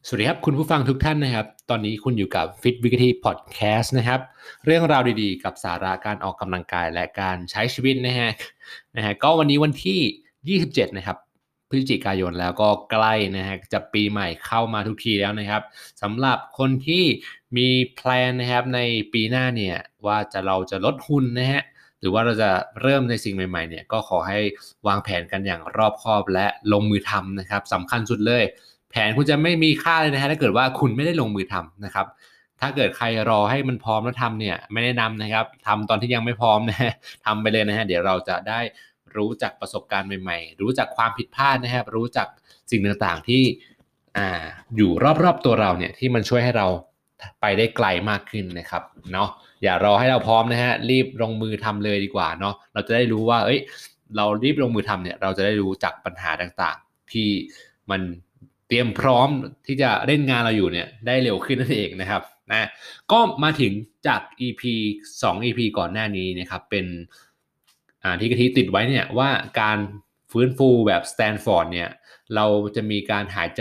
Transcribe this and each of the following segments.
สวัสดีครับคุณผู้ฟังทุกท่านนะครับตอนนี้คุณอยู่กับ Fit Weekly Podcast นะครับเรื่องราวดีๆกับสาระการออกกำลังกายและการใช้ชีวิตนะฮะก็วันนี้วันที่27นะครับพฤศจิกายนแล้วก็ใกล้นะฮะจะปีใหม่เข้ามาทุกทีแล้วนะครับสำหรับคนที่มีแพลนนะครับในปีหน้าเนี่ยว่าเราจะลดหุ่นนะฮะหรือว่าเราจะเริ่มในสิ่งใหม่ๆเนี่ยก็ขอให้วางแผนกันอย่างรอบคอบและลงมือทำนะครับสำคัญสุดเลย แผนคุณจะไม่มีค่าเลยนะฮะถ้าเกิดว่าคุณไม่ได้ลงมือทำนะครับถ้าเกิดใครรอให้มันพร้อมแล้วทำเนี่ยไม่แนะนำนะครับทำตอนที่ยังไม่พร้อมนะฮะทำไปเลยนะฮะเดี๋ยวเราจะได้รู้จักประสบการณ์ใหม่ๆรู้จักความผิดพลาดนะครับรู้จักสิ่งต่างๆที่อยู่รอบๆตัวเราเนี่ยที่มันช่วยให้เราไปได้ไกลมากขึ้นนะครับเนาะอย่ารอให้เราพร้อมนะฮะรีบลงมือทำเลยดีกว่าเนาะเราจะได้รู้ว่าเรารีบลงมือทำเนี่ยเราจะได้รู้จักปัญหาต่างๆที่มัน เตรียมพร้อมที่จะเล่นงานเราอยู่เนี่ยได้เร็วขึ้นนั่นเองนะครับนะก็มาถึงจาก EP 2 EP ก่อนหน้านี้นะครับเป็นที่กะทิติดไว้เนี่ยว่าการฟื้นฟูแบบสแตนฟอร์ดเนี่ยเราจะมีการหายใจ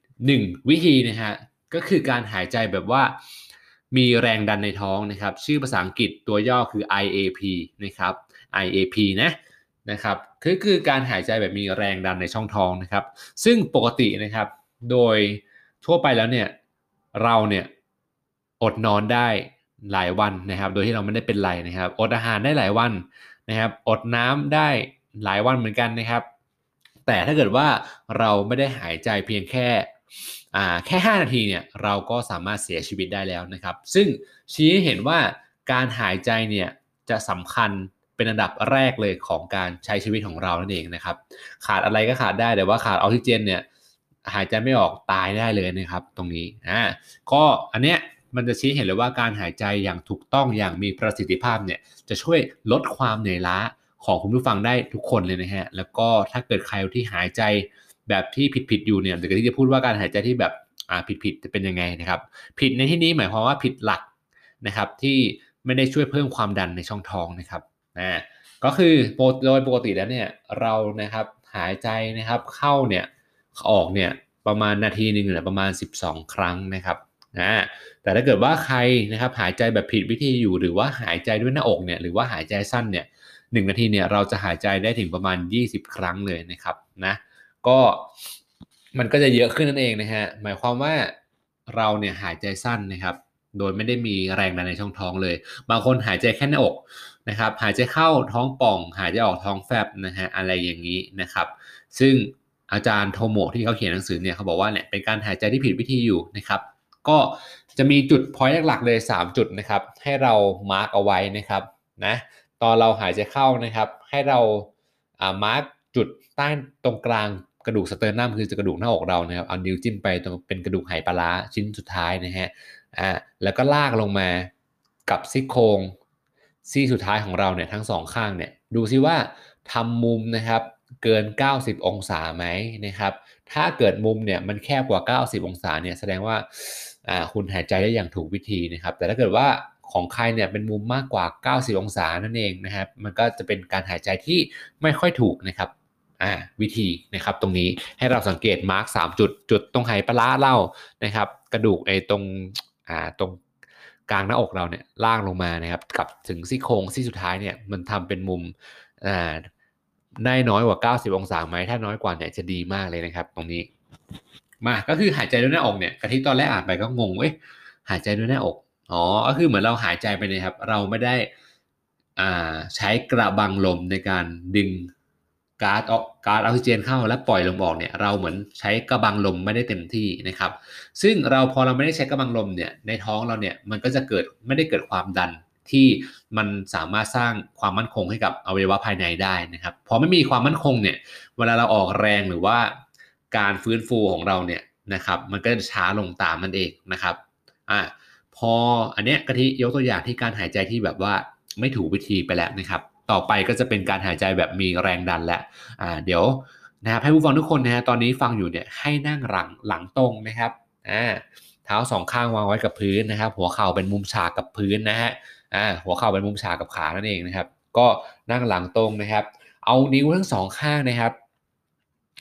1วิธีนะฮะก็คือการหายใจแบบว่ามีแรงดันในท้องนะครับชื่อภาษาอังกฤษตัวย่อคือ IAP นะครับ IAP นะครับคือการหายใจแบบมีแรงดันในช่องท้องนะครับซึ่งปกตินะครับโดยทั่วไปแล้วเนี่ยเราเนี่ยอดนอนได้หลายวันนะครับโดยที่เราไม่ได้เป็นไรนะครับอดอาหารได้หลายวันนะครับอดน้ำได้หลายวันเหมือนกันนะครับแต่ถ้าเกิดว่าเราไม่ได้หายใจเพียงแค่5นาทีเนี่ยเราก็สามารถเสียชีวิตได้แล้วนะครับซึ่งชี้ให้เห็นว่าการหายใจเนี่ยจะสำคัญเป็นอันดับแรกเลยของการใช้ชีวิตของเรานั่นเองนะครับขาดอะไรก็ขาดได้แต่ว่าขาดออกซิเจนเนี่ยหายใจไม่ออกตายได้เลยนะครับตรงนี้ก็อันเนี้ยมันจะชี้เห็นเลยว่าการหายใจอย่างถูกต้องอย่างมีประสิทธิภาพเนี่ยจะช่วยลดความเหนื่อยล้าของคุณผู้ฟังได้ทุกคนเลยนะฮะแล้วก็ถ้าเกิดใครที่หายใจแบบที่ผิดๆอยู่เนี่ยเดี๋ยวที่จะพูดว่าการหายใจที่แบบผิดๆจะเป็นยังไงนะครับผิดในที่นี้หมายความว่าผิดหลักนะครับที่ไม่ได้ช่วยเพิ่มความดันในช่องท้องนะครับก็คือโดยปกติแล้วเนี่ยเรานะครับหายใจนะครับเข้าเนี่ยออกเนี่ยประมาณนาทีหนึ่งเนี่ยประมาณ12ครั้งนะครับแต่ถ้าเกิดว่าใครนะครับหายใจแบบผิดวิธีอยู่หรือว่าหายใจด้วยหน้าอกเนี่ยหรือว่าหายใจสั้นเนี่ย1 นาทีเนี่ยเราจะหายใจได้ถึงประมาณ20ครั้งเลยนะครับนะก็มันก็จะเยอะขึ้นนั่นเองนะฮะหมายความว่าเราเนี่ยหายใจสั้นนะครับโดยไม่ได้มีแรงดันในช่องท้องเลยบางคนหายใจแค่หน้าอกนะครับหายใจเข้าท้องป่องหายใจออกท้องแฟบนะฮะอะไรอย่างนี้นะครับซึ่งอาจารย์โทโมะที่เขาเขียนหนังสือเนี่ยเขาบอกว่าเนี่ยเป็นการหายใจที่ผิดวิธีอยู่นะครับก็จะมีจุดพอยต์หลักๆเลย3จุดนะครับให้เรามาร์กเอาไว้นะครับนะตอนเราหายใจเข้านะครับให้เรามาร์กจุดใต้ตรงกลางกระดูกสเตอร์นัมคือกระดูกหน้าอกเรานะครับเอานิ้วจิ้มไปตรงเป็นกระดูกไหปลาร้าชิ้นสุดท้ายนะฮะแล้วก็ลากลงมากับซี่โครงซี่สุดท้ายของเราเนี่ยทั้งสองข้างเนี่ยดูซิว่าทำมุมนะครับเกิน90องศาไหมนะครับถ้าเกิดมุมเนี่ยมันแคบกว่า90องศาเนี่ยแสดงว่าคุณหายใจได้อย่างถูกวิธีนะครับแต่ถ้าเกิดว่าของใครเนี่ยเป็นมุมมากกว่า90องศานั่นเองนะครับมันก็จะเป็นการหายใจที่ไม่ค่อยถูกนะครับวิธีนะครับตรงนี้ให้เราสังเกตมาร์ก3 จุดตรงไหปลาร้าเล่านะครับกระดูกตรงกลางหน้าอกเราเนี่ยล่างลงมานะครับกับถึงซี่โครงซี่สุดท้ายเนี่ยมันทำเป็นมุมได้น้อยกว่า90องศาไหมถ้าน้อยกว่าเนี่ยจะดีมากเลยนะครับตรงนี้มาก็คือหายใจด้วยหน้าอกเนี่ยกะทิตอนแรกอ่านไปก็งงหายใจด้วยหน้าอกก็คือเหมือนเราหายใจไปเนี่ยครับเราไม่ได้ใช้กระบังลมในการดึงก๊าซออกซิเจนเข้าและปล่อยลมออกเนี่ยเราเหมือนใช้กระบังลมไม่ได้เต็มที่นะครับซึ่งพอเราไม่ได้ใช้กระบังลมเนี่ยในท้องเราเนี่ยมันก็จะไม่ได้เกิดความดันที่มันสามารถสร้างความมั่นคงให้กับอวัยวะภายในได้นะครับพอไม่มีความมั่นคงเนี่ยเวลาเราออกแรงหรือว่าการฟื้นฟูของเราเนี่ยนะครับมันก็จะช้าลงตามนั่นเองนะครับพออันเนี้ยกะทิยกตัวอย่างที่การหายใจที่แบบว่าไม่ถูกวิธีไปแล้วนะครับต่อไปก็จะเป็นการหายใจแบบมีแรงดันและเดี๋ยวนะครับให้ผู้ฟังทุกคนนะฮะตอนนี้ฟังอยู่เนี่ยให้นั่งหลังตรงนะครับเท้าสองข้างวางไว้กับพื้นนะครับหัวเข่าเป็นมุมฉากกับพื้นนะฮะหัวเข่าเป็นมุมฉากกับขานั่นเองนะครับก็นั่งหลังตรงนะครับเอานิ้วทั้งสองข้างนะครับ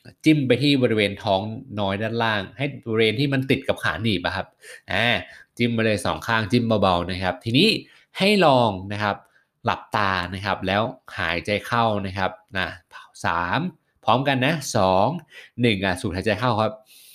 จิ้มไปที่บริเวณท้องน้อยด้านล่างให้บริเวณที่มันติดกับขาหนีบอะครับจิ้มไปเลย2 ข้างจิ้มเบาๆนะครับทีนี้ให้ลองนะครับหลับตานะครับแล้วหายใจเข้านะครับ3พร้อมกันนะ2 1สูดหายใจเข้าครับ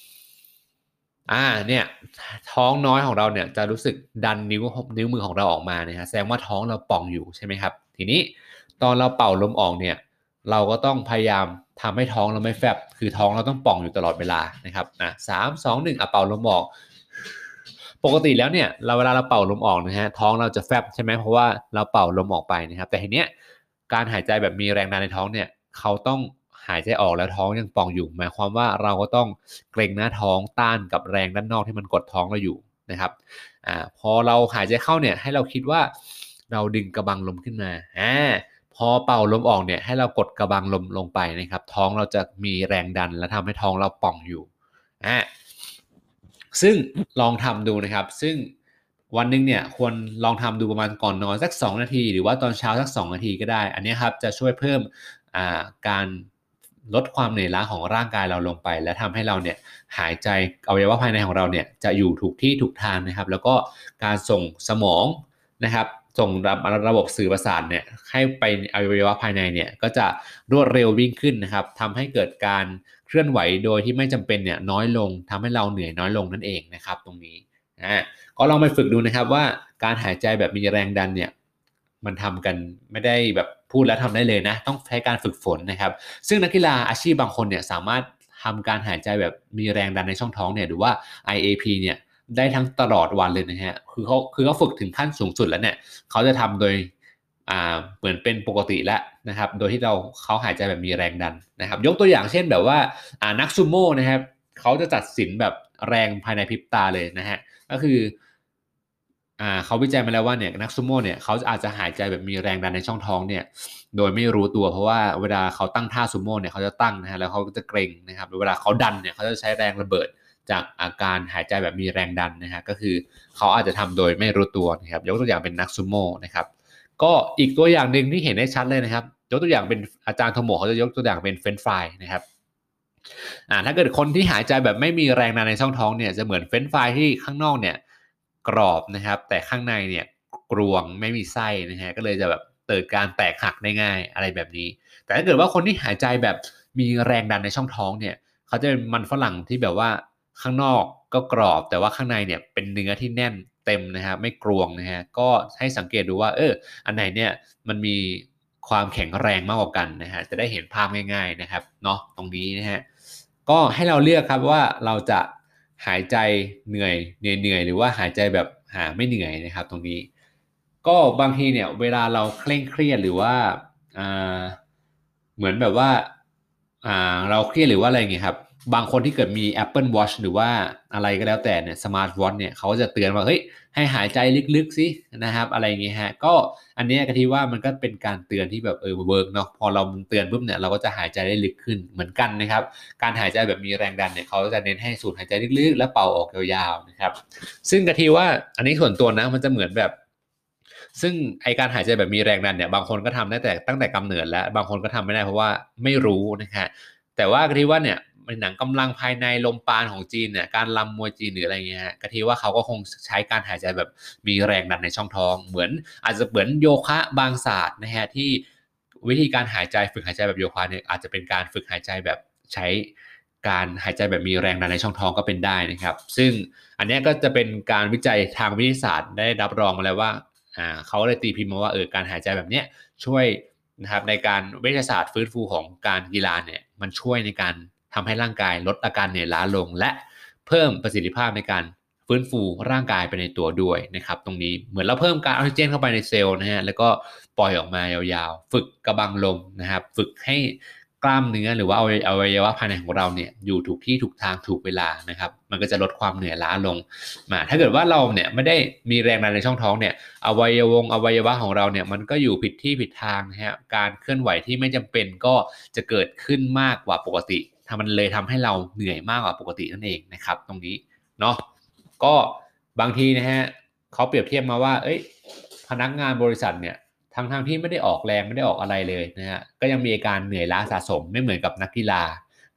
เนี่ยท้องน้อยของเราเนี่ยจะรู้สึกดันนิ้วมือของเราออกมานะฮะแสดงว่าท้องเราป่องอยู่ใช่ไหมครับทีนี้ตอนเราเป่าลมออกเนี่ยเราก็ต้องพยายามทำให้ท้องเราไม่แฟบคือท้องเราต้องป่องอยู่ตลอดเวลานะครับ3 2 1เป่าลมออกปกติแล้วเนี่ยเวลาเราเป่าลมออกนะฮะท้องเราจะแฟบใช่ไหมเพราะว่าเราเป่าลมออกไปนะครับแต่ทีเนี้ยการหายใจแบบมีแรงดันในท้องเนี่ยเขาต้องหายใจออกแล้วท้องยังป่องอยู่หมายความว่าเราก็ต้องเกร็งหน้าท้องต้านกับแรงด้านนอกที่มันกดท้องเราอยู่นะครับพอเราหายใจเข้าเนี่ยให้เราคิดว่าเราดึงกระบังลมขึ้นมาพอเป่าลมออกเนี่ยให้เรากดกระบังลมลงไปนะครับท้องเราจะมีแรงดันและทำให้ท้องเราป่องอยู่ซึ่งลองทำดูนะครับซึ่งวันหนึ่งเนี่ยควรลองทำดูประมาณก่อนนอนสัก2 นาทีหรือว่าตอนเช้าสัก2 นาทีก็ได้อันนี้ครับจะช่วยเพิ่มการลดความเหนื่อยล้าของร่างกายเราลงไปและทำให้เราเนี่ยหายใจอวัยวะภายในของเราเนี่ยจะอยู่ถูกที่ถูกทางนะครับแล้วก็การส่งสมองนะครับส่งระบบสื่อประสาทเนี่ยให้ไปอวัยวะภายในเนี่ยก็จะรวดเร็ววิ่งขึ้นนะครับทำให้เกิดการเคลื่อนไหวโดยที่ไม่จำเป็นเนี่ยน้อยลงทำให้เราเหนื่อยน้อยลงนั่นเองนะครับตรงนี้ก็ลองไปฝึกดูนะครับว่าการหายใจแบบมีแรงดันเนี่ยมันทำกันไม่ได้แบบพูดแล้วทำได้เลยนะต้องใช้การฝึกฝนนะครับซึ่งนักกีฬาอาชีพบางคนเนี่ยสามารถทำการหายใจแบบมีแรงดันในช่องท้องเนี่ยหรือว่า IAP เนี่ยได้ทั้งตลอดวันเลยนะฮะคือเขาฝึกถึงขั้นสูงสุดแล้วเนี่ยเขาจะทำโดยเหมือนเป็นปกติแล้วนะครับโดยที่เขาหายใจแบบมีแรงดันนะครับยกตัวอย่างเช่นแบบว่านักซูโม่นะครับเขาจะตัดสินแบบแรงภายในพริบตาเลยนะฮะก็คือเขาวิจัยมาแล้วว่าเนี่ยนักซูโม่เนี่ยเขาอาจจะหายใจแบบมีแรงดันในช่องท้องเนี่ยโดยไม่รู้ตัวเพราะว่าเวลาเขาตั้งท่าซูโม่เนี่ยเขาจะตั้งนะฮะแล้วเขาก็จะเกร็งนะครับเวลาเขาดันเนี่ยเขาจะใช้แรงระเบิดจากอาการหายใจแบบมีแรงดันนะฮะก็คือเขาอาจจะทำโดยไม่รู้ตัวนะครับยกตัวอย่างเป็นนักซูโม่นะครับก็อีกตัวอย่างหนึ่งที่เห็นได้ชัดเลยนะครับยกตัวอย่างเป็นอาจารย์โทโมะเขาจะยกตัวอย่างเป็นเฟรนช์ฟรายนะครับถ้าเกิดคนที่หายใจแบบไม่มีแรงดันในช่องท้องเนี่ยจะเหมือนเฟรนช์ฟรายที่ข้างนอกเนี่ยกรอบนะครับแต่ข้างในเนี่ยกรวงไม่มีไส้นะฮะก็เลยจะแบบเกิดการแตกหักได้ง่ายอะไรแบบนี้แต่ถ้าเกิดว่าคนที่หายใจแบบมีแรงดันในช่องท้องเนี่ยเขาจะเป็นมันฝรั่งที่แบบว่าข้างนอกก็กรอบแต่ว่าข้างในเนี่ยเป็นเนื้อที่แน่นเต็มนะฮะไม่กรวงนะฮะก็ให้สังเกตดูว่าอันไหนเนี่ยมันมีความแข็งแรงมากกว่ากันนะฮะจะได้เห็นภาพง่ายๆนะครับเนาะตรงนี้นะฮะ ก็ให้เราเลือกครับว่าเราจะหายใจเหนื่อยหรือว่าหายใจแบบไม่เหนื่อยนะครับตรงนี้ก็บางทีเนี่ยเวลาเราเคร่งเครียดหรือว่าอ่าเหมือนแบบว่าเราเครียดหรือว่าอะไรอย่างเงี้ยครับบางคนที่เกิดมี Apple Watch หรือว่าอะไรก็แล้วแต่เนี่ย Smart Watch เนี่ยเขาจะเตือนว่าเฮ้ยให้หายใจลึกๆสินะครับอะไรอย่างเงี้ยฮะก็อันนี้ก็ที่ว่ามันก็เป็นการเตือนที่แบบเวิร์กเนาะพอเราเตือนปุ๊บเนี่ยเราก็จะหายใจได้ลึกขึ้นเหมือนกันนะครับ การหายใจแบบมีแรงดันเนี่ยเขาจะเน้นให้สูดหายใจลึกๆแล้วเป่าออกยาวๆนะครับซึ่งกะทิว่าอันนี้ส่วนตัวนะมันจะเหมือนแบบซึ่งไอการหายใจแบบมีแรงดันเนี่ยบางคนก็ทำได้แต่ตั้งแต่กำเนิดแล้วบางคนก็ทำไม่ได้เพราะว่าไม่รู้นะฮะแต่ว่ากะทิว่าเนี่ยในหนังกำลังภายในลมปราณของจีนเนี่ยการรำมวยจีนหรืออะไรเงี้ยกะทิว่าเขาก็คงใช้การหายใจแบบมีแรงดันในช่องท้องเหมือนอาจจะเหมือนโยคะบางศาสตร์นะฮะที่วิธีการหายใจฝึกหายใจแบบโยคะเนี่ยอาจจะเป็นการฝึกหายใจแบบใช้ การหายใจแบบมีแรงดันในช่องท้องก็เป็นได้นะครับซึ่งอันนี้ก็จะเป็นการวิจัยทางวิทยาศาสตร์ได้รับรองมาแล้วว่าเขาเลยตีพิมพ์มาว่าการหายใจแบบนี้ช่วยนะครับในการวิทยาศาสตร์ฟื้นฟูของการกีฬาเนี่ยมันช่วยในการทำให้ร่างกายลดอาการเหนื่อยล้าลงและเพิ่มประสิทธิภาพในการฟื้นฟูร่างกายไปในตัวด้วยนะครับตรงนี้เหมือนเราเพิ่มการออกซิเจนเข้าไปในเซลล์นะฮะแล้วก็ปล่อยออกมายาวๆฝึกกระบังลมนะครับฝึกให้ กล้ามเนื้อหรือว่าอวัยวะภายในของเราเนี่ยอยู่ถูกที่ถูกทางถูกเวลานะครับมันก็จะลดความเหนื่อยล้าลงมาถ้าเกิดว่าเราเนี่ยไม่ได้มีแรงดันในช่องท้องเนี่ยอวัยวะของเราเนี่ยมันก็อยู่ผิดที่ผิดทางนะฮะการเคลื่อนไหวที่ไม่จำเป็นก็จะเกิดขึ้นมากกว่าปกติมันเลยทำให้เราเหนื่อยมากกว่าปกตินั่นเองนะครับตรงนี้เนาะก็บางทีนะฮะเขาเปรียบเทียบมาว่าพนักงานบริษัทเนี่ย ทั้งที่ไม่ได้ออกแรงไม่ได้ออกอะไรเลยนะฮะก็ยังมีอาการเหนื่อยล้าสะสมไม่เหมือนกับนักกีฬา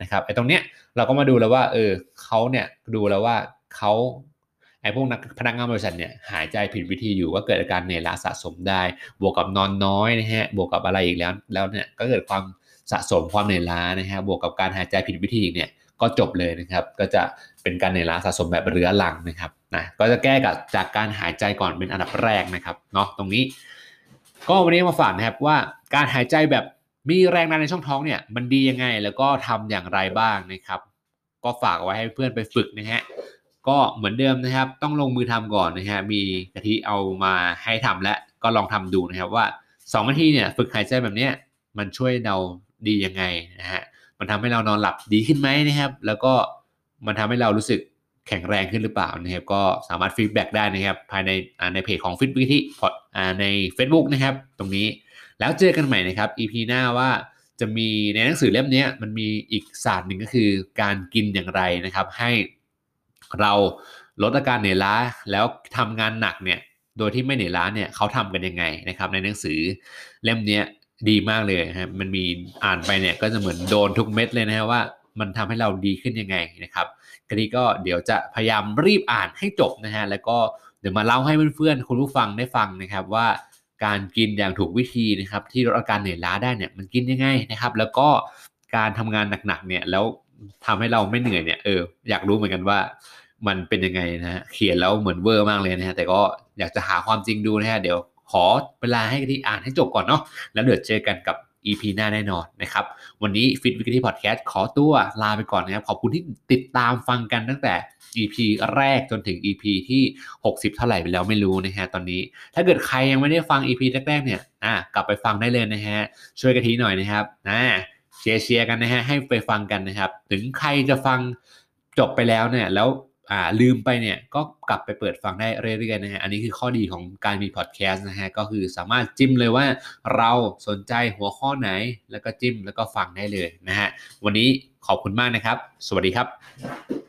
นะครับไอ้ตรงเนี้ยเราก็มาดูแล้วว่าเขาเนี่ยดูแล้วว่าเขาไอ้พวกพนักงานบริษัทเนี่ยหายใจผิดวิธีอยู่ก็เกิดอาการเหนื่อยล้าสะสมได้บวกกับนอนน้อยนะฮะบวกกับอะไรอีกแล้วเนี่ยก็เกิดความสะสมความเหนื่อยล้านะฮะบวกกับการหายใจผิดวิธีอีกเนี่ยก็จบเลยนะครับก็จะเป็นการเหนื่อยล้าสะสมแบบเรื้อรังนะครับนะก็จะแก้กับจากการหายใจก่อนเป็นอันดับแรกนะครับเนาะตรงนี้ก็วันนี้มาฝากนะครับว่าการหายใจแบบมีแรงดันในช่องท้องเนี่ยมันดียังไงแล้วก็ทำอย่างไรบ้างนะครับก็ฝากไว้ให้เพื่อนไปฝึกนะฮะก็เหมือนเดิมนะครับต้องลงมือทำก่อนนะฮะมีกะทิเอามาให้ทำและก็ลองทำดูนะครับว่า2นาทีเนี่ยฝึกหายใจแบบเนี้ยมันช่วยเราดียังไงนะฮะมันทำให้เรานอนหลับดีขึ้นไหมนะครับแล้วก็มันทำให้เรารู้สึกแข็งแรงขึ้นหรือเปล่านะครับก็สามารถฟีดแบ็กได้นะครับภายในเพจของ Fit วิธีใน Facebook นะครับตรงนี้แล้วเจอกันใหม่นะครับ EP หน้าว่าจะมีในหนังสือเล่มนี้มันมีอีกศาสตร์หนึ่งก็คือการกินอย่างไรนะครับให้เราลดอาการเหนื่อยล้าแล้วทำงานหนักเนี่ยโดยที่ไม่เหนื่อยล้าเนี่ยเขาทำกันยังไงนะครับในหนังสือเล่มนี้ดีมากเลยครับมันมีอ่านไปเนี่ยก็จะเหมือนโดนทุกเม็ดเลยนะครับว่ามันทำให้เราดีขึ้นยังไงนะครับทีนี้ก็เดี๋ยวจะพยายามรีบอ่านให้จบนะฮะแล้วก็เดี๋ยวมาเล่าให้เพื่อนๆคุณผู้ฟังได้ฟังนะครับว่าการกินอย่างถูกวิธีนะครับที่ลดอาการเหนื่อยล้าได้เนี่ยมันกินยังไงนะครับแล้วก็การทำงานหนักๆเนี่ยแล้วทำให้เราไม่เหนื่อยเนี่ยอยากรู้เหมือนกันว่ามันเป็นยังไงนะฮะเขียนแล้วเหมือนเวอร์มากเลยนะฮะแต่ก็อยากจะหาความจริงดูนะฮะเดี๋ยวขอเวลาให้ที่อ่านให้จบก่อนเนาะแล้วเดี๋ยวเจอกันกับ EP หน้าแน่นอนนะครับวันนี้ Fit Weekly Podcast ขอตัวลาไปก่อนนะครับขอบคุณที่ติดตามฟังกันตั้งแต่ EP แรกจนถึง EP ที่60เท่าไหร่ไปแล้วไม่รู้นะฮะตอนนี้ถ้าเกิดใครยังไม่ได้ฟัง EP แรกๆเนี่ยกลับไปฟังได้เลยนะฮะช่วยกันทีหน่อยนะครับเชียร์กันนะฮะให้ไปฟังกันนะครับถึงใครจะฟังจบไปแล้วเนี่ยแล้วลืมไปเนี่ยก็กลับไปเปิดฟังได้เรื่อยๆนะฮะอันนี้คือข้อดีของการมีพอดแคสต์นะฮะก็คือสามารถจิ้มเลยว่าเราสนใจหัวข้อไหนแล้วก็จิ้มแล้วก็ฟังได้เลยนะฮะวันนี้ขอบคุณมากนะครับสวัสดีครับ